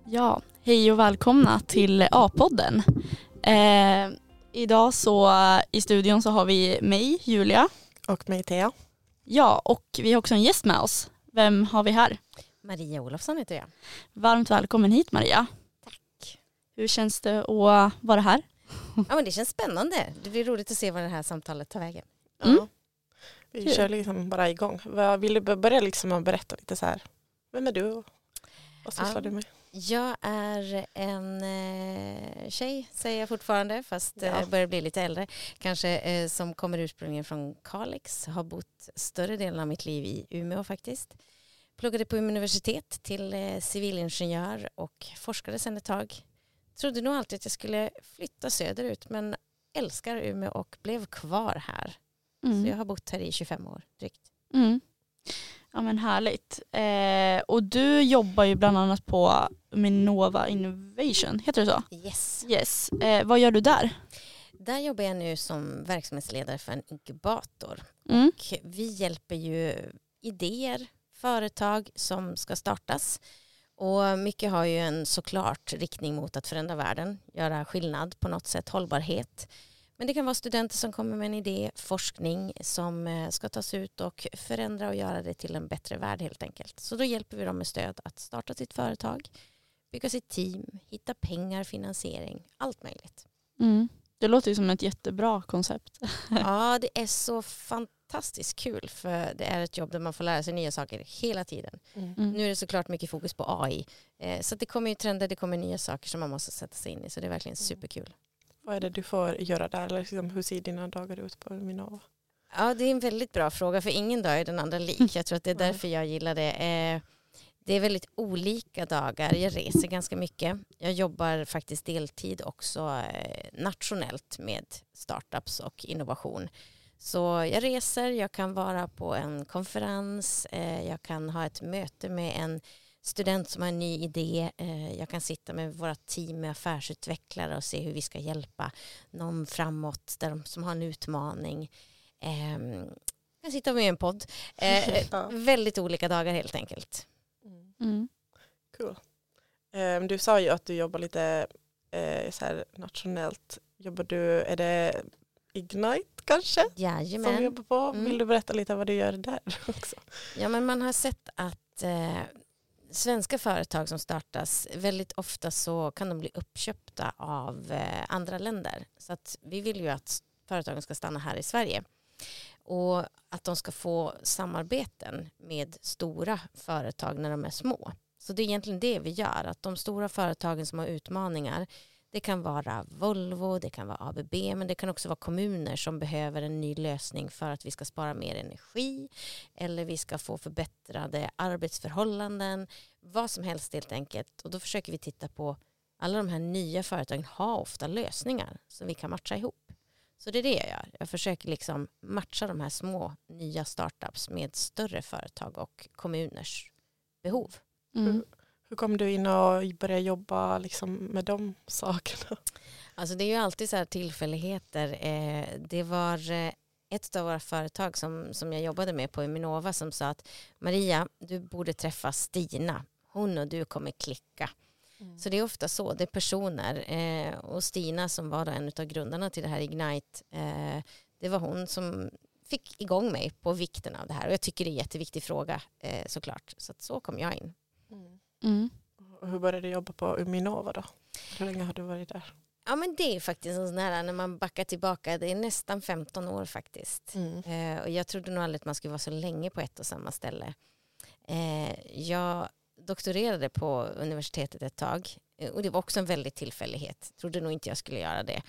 Ja, hej och välkomna till A-podden. Idag så i studion så har vi mig, Julia. Och mig, Thea. Ja, och vi har också en gäst med oss. Vem har vi här? Maria Olofsson heter jag. Varmt välkommen hit, Maria. Tack. Hur känns det att vara här? Ja, men det känns spännande. Det blir roligt att se vad det här samtalet tar vägen. Ja. Vi kör liksom bara igång. Vill du börja liksom att berätta lite så här? Vem är du och vad sysslar du med? Jag är en tjej, säger jag fortfarande, fast börjar bli lite äldre. Kanske som kommer ursprungligen från Kalix. Har bott större delen av mitt liv i Umeå faktiskt. Pluggade på universitet till civilingenjör och forskade sedan ett tag. Trodde nog alltid att jag skulle flytta söderut, men älskar Umeå och blev kvar här. Så jag har bott här i 25 år drygt. Mm. Ja, men härligt. Och du jobbar ju bland annat på Uminova Innovation, heter det så? Yes. Vad gör du där? Där jobbar jag nu som verksamhetsledare för en inkubator. Mm. Och vi hjälper ju idéer, företag som ska startas. Och mycket har ju en såklart riktning mot att förändra världen, göra skillnad på något sätt, hållbarhet. Men det kan vara studenter som kommer med en idé, forskning som ska tas ut och förändra och göra det till en bättre värld helt enkelt. Så då hjälper vi dem med stöd att starta sitt företag, bygga sitt team, hitta pengar, finansiering, allt möjligt. Mm. Det låter ju som ett jättebra koncept. Ja, det är så fantastiskt kul för det är ett jobb där man får lära sig nya saker hela tiden. Nu är det såklart mycket fokus på AI. Så det kommer ju trender, det kommer nya saker som man måste sätta sig in i. Så det är verkligen superkul. Vad är det du får göra där? Eller liksom, hur ser dina dagar ut på Uminova? Ja, det är en väldigt bra fråga för ingen dag är den andra lik. Jag tror att det är därför jag gillar det. Det är väldigt olika dagar. Jag reser ganska mycket. Jag jobbar faktiskt deltid också nationellt med startups och innovation. Så jag reser, jag kan vara på en konferens, jag kan ha ett möte med en student som har en ny idé. Jag kan sitta med våra team med affärsutvecklare och se hur vi ska hjälpa någon framåt som har en utmaning. Jag kan sitta med en podd. Väldigt olika dagar helt enkelt. Cool. Du sa ju att du jobbar lite så här nationellt. Är det Ignite kanske? Jajamän. Som du jobbar på? Vill du berätta lite vad du gör där också? Ja, men man har sett att svenska företag som startas, väldigt ofta så kan de bli uppköpta av andra länder. Så att vi vill ju att företagen ska stanna här i Sverige. Och att de ska få samarbeten med stora företag när de är små. Så det är egentligen det vi gör. Att de stora företagen som har utmaningar, det kan vara Volvo, det kan vara ABB, men det kan också vara kommuner som behöver en ny lösning för att vi ska spara mer energi eller vi ska få förbättrade arbetsförhållanden, vad som helst helt enkelt. Och då försöker vi titta på alla de här nya företagen har ofta lösningar som vi kan matcha ihop. Så det är det jag gör. Jag försöker liksom matcha de här små nya startups med större företag och kommuners behov. Hur kom du in och började jobba liksom med de sakerna? Alltså det är ju alltid så här tillfälligheter. Det var ett av våra företag som jag jobbade med på Uminova som sa att Maria, du borde träffa Stina. Hon och du kommer klicka. Så det är ofta så, det är personer. Och Stina som var då en av grundarna till det här Ignite, det var hon som fick igång mig på vikten av det här. Och jag tycker det är en jätteviktig fråga såklart. Så kom jag in. Och hur började du jobba på Uminova då? Hur länge har du varit där? Ja, men det är faktiskt en sån här, när man backar tillbaka, det är nästan 15 år faktiskt. Och jag trodde nog aldrig att man skulle vara så länge på ett och samma ställe. Jag doktorerade på universitetet ett tag och det var också en väldigt tillfällighet. Trodde nog inte jag skulle göra det.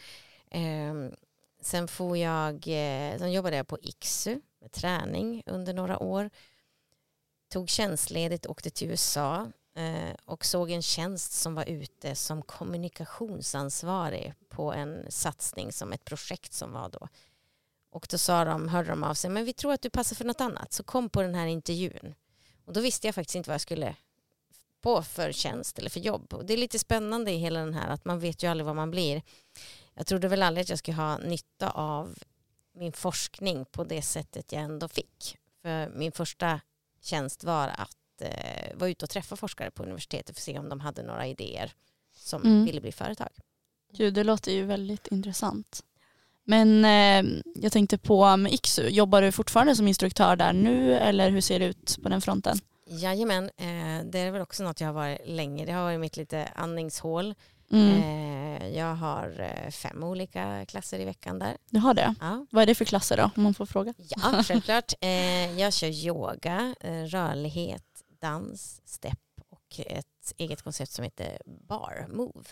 Sen jobbade jag på IKSU med träning under några år. Tog tjänstledigt, åkte till USA och såg en tjänst som var ute som kommunikationsansvarig på en satsning som ett projekt som var då. Och då hörde de av sig, men vi tror att du passar för något annat, så kom på den här intervjun. Och då visste jag faktiskt inte vad jag skulle på för tjänst eller för jobb. Och det är lite spännande i hela den här att man vet ju aldrig vad man blir. Jag trodde väl aldrig att jag skulle ha nytta av min forskning på det sättet jag ändå fick. För min första tjänst var att att vara ute och träffa forskare på universitetet för att se om de hade några idéer som ville bli företag. Gud, det låter ju väldigt intressant. Men jag tänkte på med IKSU, jobbar du fortfarande som instruktör där nu eller hur ser det ut på den fronten? Jajamän, det är väl också något jag har varit länge. Det har varit mitt lite andningshål. Jag har 5 olika klasser i veckan där. Du har det? Ja. Vad är det för klasser då, om man får fråga? Ja, självklart. Jag kör yoga, rörlighet, dans, step och ett eget koncept som heter Bar Move.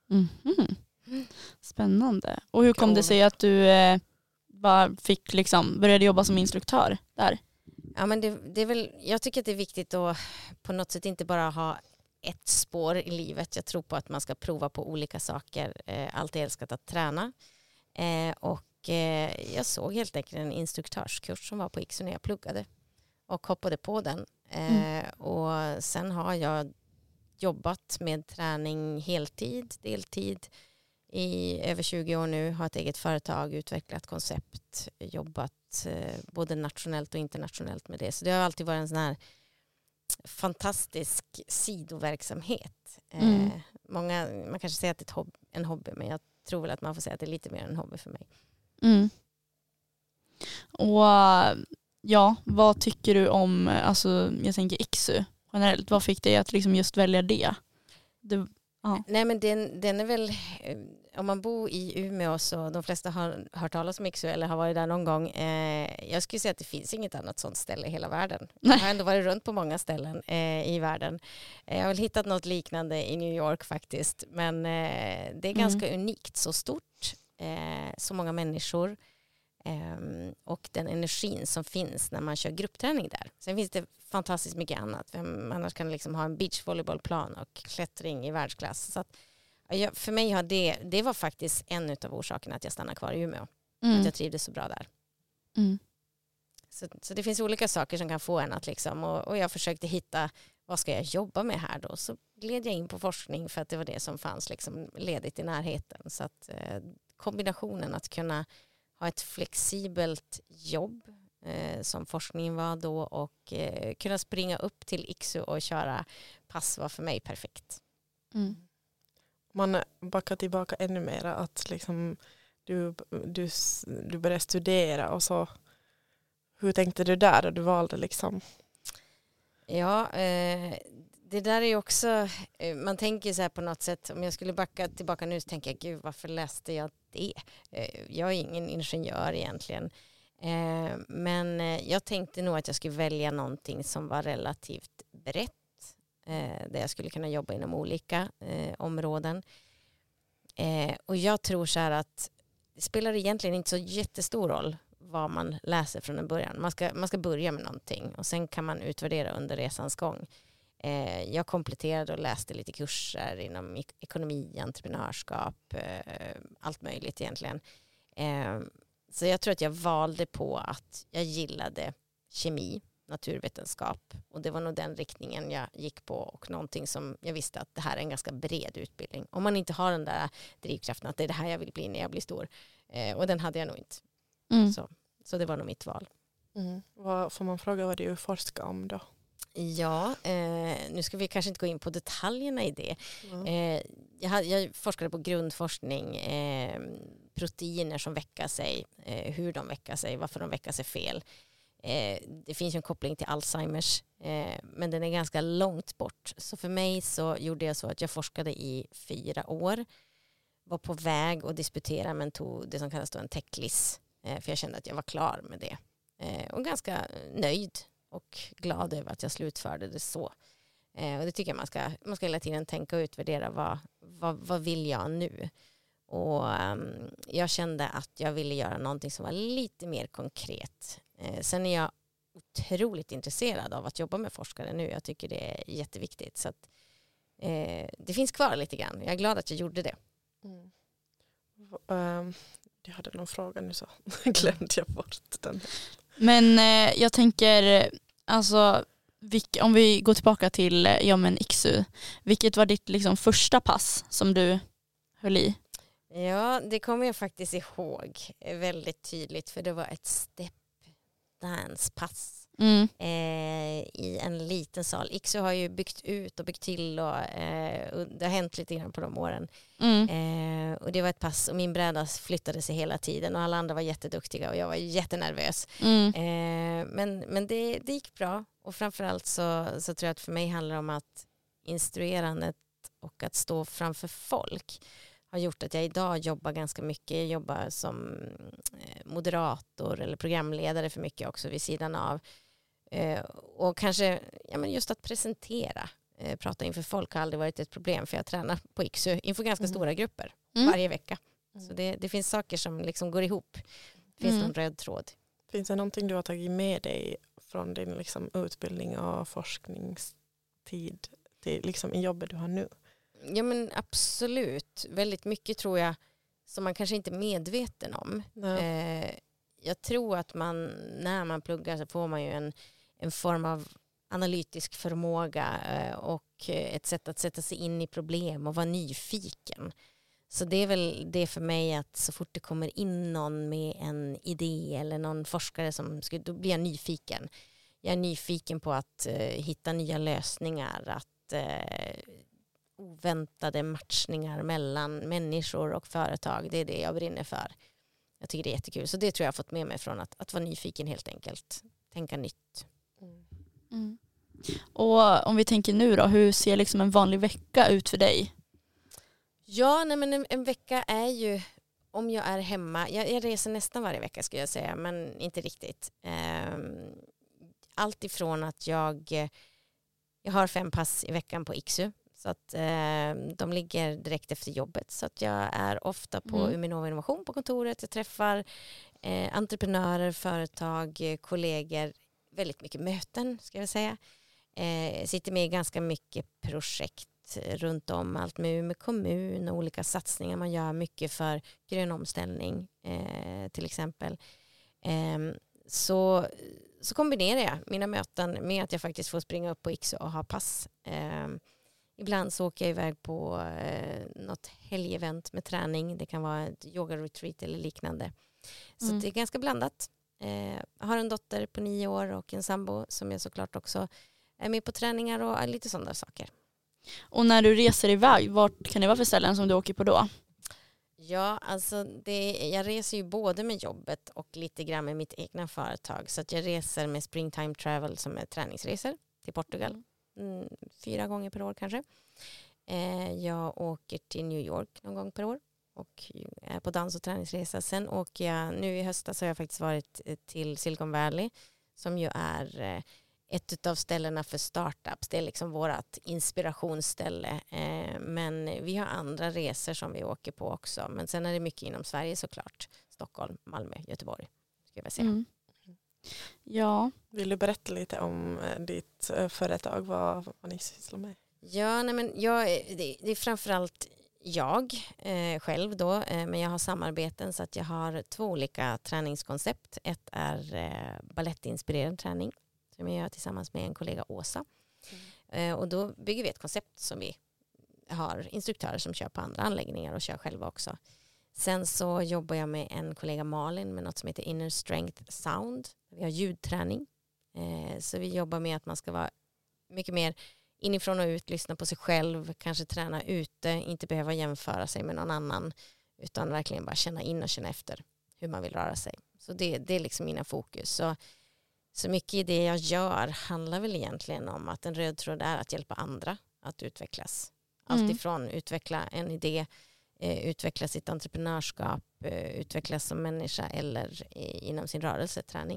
Spännande. Och hur kom det sig att du började jobba som instruktör där? Ja, men det är väl, jag tycker att det är viktigt att på något sätt inte bara ha ett spår i livet. Jag tror på att man ska prova på olika saker. Alltid älskat att träna. Jag såg helt enkelt en instruktörskurs som var på IKSU när jag pluggade och hoppade på den. Och sen har jag jobbat med träning heltid, deltid i över 20 år nu. Har ett eget företag, utvecklat koncept, jobbat både nationellt och internationellt med det. Så det har alltid varit en sån här fantastisk sidoverksamhet. Man kanske säger att det är en hobby, men jag tror väl att man får säga att det är lite mer en hobby för mig. Och ja, vad tycker du om, alltså jag tänker IKSU generellt, vad fick dig att liksom just välja det? Nej, men den är väl, om man bor i Umeå så de flesta har hört talas om IKSU eller har varit där någon gång. Jag skulle säga att det finns inget annat sånt ställe i hela världen. Jag har ändå varit runt på många ställen i världen. Jag har väl hittat något liknande i New York faktiskt, men det är ganska unikt, så stort, så många människor och den energin som finns när man kör gruppträning där. Sen finns det fantastiskt mycket annat. Annars kan liksom ha en beachvolleybollplan och klättring i världsklass. Så att, för mig har det var faktiskt en av orsakerna att jag stannade kvar i Umeå. Att jag trivdes så bra där. Så det finns olika saker som kan få en att liksom, och jag försökte hitta vad ska jag jobba med här då. Så gled jag in på forskning för att det var det som fanns liksom ledigt i närheten. Så att kombinationen att kunna ha ett flexibelt jobb som forskningen var då och kunna springa upp till IKSU och köra pass var för mig perfekt. Man backar tillbaka ännu mer att liksom du började studera och så hur tänkte du där och du valde liksom? Ja, det där är ju också, man tänker så här på något sätt, om jag skulle backa tillbaka nu så tänker jag, gud varför läste jag det? Jag är ingen ingenjör egentligen. Men jag tänkte nog att jag skulle välja någonting som var relativt brett. Där jag skulle kunna jobba inom olika områden. Och jag tror så här att det spelar egentligen inte så jättestor roll vad man läser från en början. Man ska börja med någonting och sen kan man utvärdera under resans gång. Jag kompletterade och läste lite kurser inom ekonomi, entreprenörskap, allt möjligt egentligen. Så jag tror att jag valde på att jag gillade kemi, naturvetenskap och det var nog den riktningen jag gick på och någonting som jag visste att det här är en ganska bred utbildning. Om man inte har den där drivkraften att det är det här jag vill bli när jag blir stor. Och den hade jag nog inte. Så det var nog mitt val. Vad får man fråga vad du forskar om då? Ja, nu ska vi kanske inte gå in på detaljerna i det. Jag forskade på grundforskning, proteiner som väckar sig, hur de väckar sig, varför de väckar sig fel. Det finns ju en koppling till Alzheimers, men den är ganska långt bort. Så för mig så gjorde jag så att jag forskade i 4 år, var på väg att disputera men tog det som kallas då en techlis, för jag kände att jag var klar med det. Och ganska nöjd och glad över att jag slutförde det så. Och det tycker jag man ska hela tiden tänka och utvärdera vad vill jag nu? Och jag kände att jag ville göra någonting som var lite mer konkret. Sen är jag otroligt intresserad av att jobba med forskare nu. Jag tycker det är jätteviktigt. Så att, det finns kvar lite grann. Jag är glad att jag gjorde det. Jag hade någon fråga nu så glömde jag bort den. Men jag tänker, alltså, om vi går tillbaka till IKSU, vilket var ditt liksom första pass som du höll i? Ja, det kommer jag faktiskt ihåg väldigt tydligt för det var ett step dance-pass. i en liten sal. IKSU har ju byggt ut och byggt till och det har hänt lite grann på de åren. Och det var ett pass och min bräda flyttade sig hela tiden och alla andra var jätteduktiga och jag var jättenervös. Men det gick bra och framförallt så tror jag att för mig handlar det om att instruerandet och att stå framför folk har gjort att jag idag jobbar ganska mycket. Jag jobbar som moderator eller programledare för mycket också vid sidan av. Och kanske just att presentera, prata inför folk har aldrig varit ett problem för jag tränar på IKSU inför ganska stora grupper varje vecka. Så det finns saker som liksom går ihop. Det finns någon röd tråd. Finns det någonting du har tagit med dig från din liksom utbildning och forskningstid till liksom i jobbet du har nu? Ja men absolut. Väldigt mycket tror jag som man kanske inte är medveten om. Jag tror att när man pluggar så får man ju en form av analytisk förmåga och ett sätt att sätta sig in i problem och vara nyfiken. Så det är väl det för mig att så fort det kommer in någon med en idé eller någon forskare då blir jag nyfiken. Jag är nyfiken på att hitta nya lösningar, att oväntade matchningar mellan människor och företag. Det är det jag brinner för. Jag tycker det är jättekul. Så det tror jag har fått med mig från att vara nyfiken helt enkelt. Tänka nytt. Och om vi tänker nu då, hur ser liksom en vanlig vecka ut för dig? Ja, men en vecka är ju om jag är hemma. Jag reser nästan varje vecka skulle jag säga, men inte riktigt. Allt ifrån att jag har 5 pass i veckan på IKSU. Så att de ligger direkt efter jobbet. Så att jag är ofta på Uminova Innovation på kontoret. Jag träffar entreprenörer, företag, kollegor. Väldigt mycket möten ska jag säga. Sitter med i ganska mycket projekt runt om. Allt med kommun och olika satsningar man gör. Mycket för grön omställning till exempel. Så kombinerar jag mina möten med att jag faktiskt får springa upp på IKSU och ha pass. Ibland så åker jag iväg på något helgevent med träning. Det kan vara ett yoga-retreat eller liknande. Så det är ganska blandat. Jag har en dotter på 9 år och en sambo som jag såklart också är med på träningar och lite sådana saker. Och när du reser iväg, vart kan det vara för ställen som du åker på då? Ja, alltså jag reser ju både med jobbet och lite grann med mitt egna företag. Så att jag reser med Springtime Travel som är träningsresor till Portugal. 4 gånger per år kanske. Jag åker till New York någon gång per år och är på dans- och träningsresa. Sen åker jag, nu i höstas har jag faktiskt varit till Silicon Valley som ju är ett av ställena för startups. Det är liksom vårat inspirationsställe. Men vi har andra resor som vi åker på också. Men sen är det mycket inom Sverige såklart. Stockholm, Malmö, Göteborg ska jag väl säga. Ja. Vill du berätta lite om ditt företag, vad ni sysslar med? Ja, nej men det är framförallt jag själv då, men jag har samarbeten så att jag har 2 olika träningskoncept. Ett är balettinspirerad träning som jag gör tillsammans med en kollega Åsa. Och då bygger vi ett koncept som vi har instruktörer som kör på andra anläggningar och kör själva också. Sen så jobbar jag med en kollega Malin med något som heter Inner Strength Sound. Vi har ljudträning. Så vi jobbar med att man ska vara mycket mer inifrån och ut, lyssna på sig själv, kanske träna ute, inte behöva jämföra sig med någon annan utan verkligen bara känna in och känna efter hur man vill röra sig. Så det är liksom mina fokus. Så mycket i det jag gör handlar väl egentligen om att en röd tråd är att hjälpa andra att utvecklas. Allt ifrån utveckla en idé, utveckla sitt entreprenörskap, utvecklas som människa eller inom sin rörelseträning.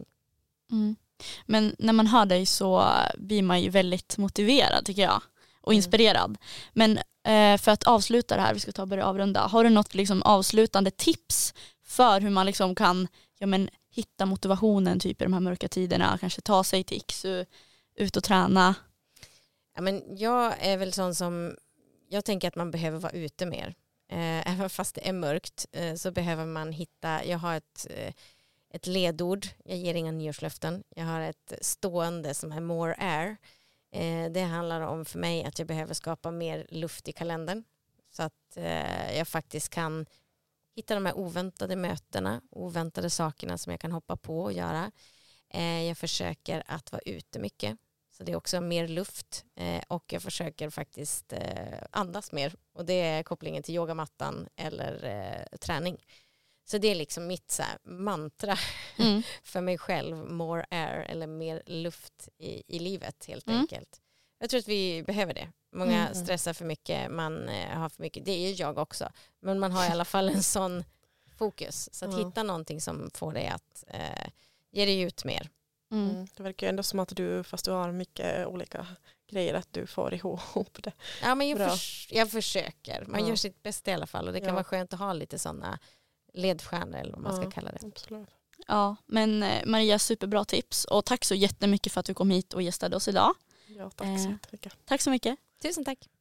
Men när man hör dig så blir man ju väldigt motiverad tycker jag och inspirerad. Men för att avsluta det här, vi ska börja avrunda. Har du något liksom avslutande tips för hur man liksom kan hitta motivationen typ i de här mörka tiderna, kanske ta sig till IKSU, ut och träna? Ja, men jag är väl sån som jag tänker att man behöver vara ute mer. Även fast det är mörkt så behöver man hitta, jag har ett ledord, jag ger inga nyårslöften. Jag har ett stående som är more air. Det handlar om för mig att jag behöver skapa mer luft i kalendern. Så att jag faktiskt kan hitta de här oväntade mötena, oväntade sakerna som jag kan hoppa på och göra. Jag försöker att vara ute mycket. Så det är också mer luft. Och jag försöker faktiskt andas mer. Och det är kopplingen till yogamattan eller träning. Så det är liksom mitt så här, mantra för mig själv. More air eller mer luft i livet helt enkelt. Jag tror att vi behöver det. Många stressar för mycket, man har för mycket. Det är ju jag också. Men man har i alla fall en sån fokus. Så att hitta någonting som får dig att ge dig ut mer. Det verkar ju ändå som att du, fast du har mycket olika grejer, att du får ihop det. Ja, men jag försöker. Man gör sitt bästa i alla fall. Och det kan vara skönt att ha lite sådana ledstjärnor eller vad man ska kalla det. Absolut. Ja, men Maria, superbra tips. Och tack så jättemycket för att du kom hit och gästade oss idag. Ja, tack så jättemycket. Tack så mycket. Tusen tack.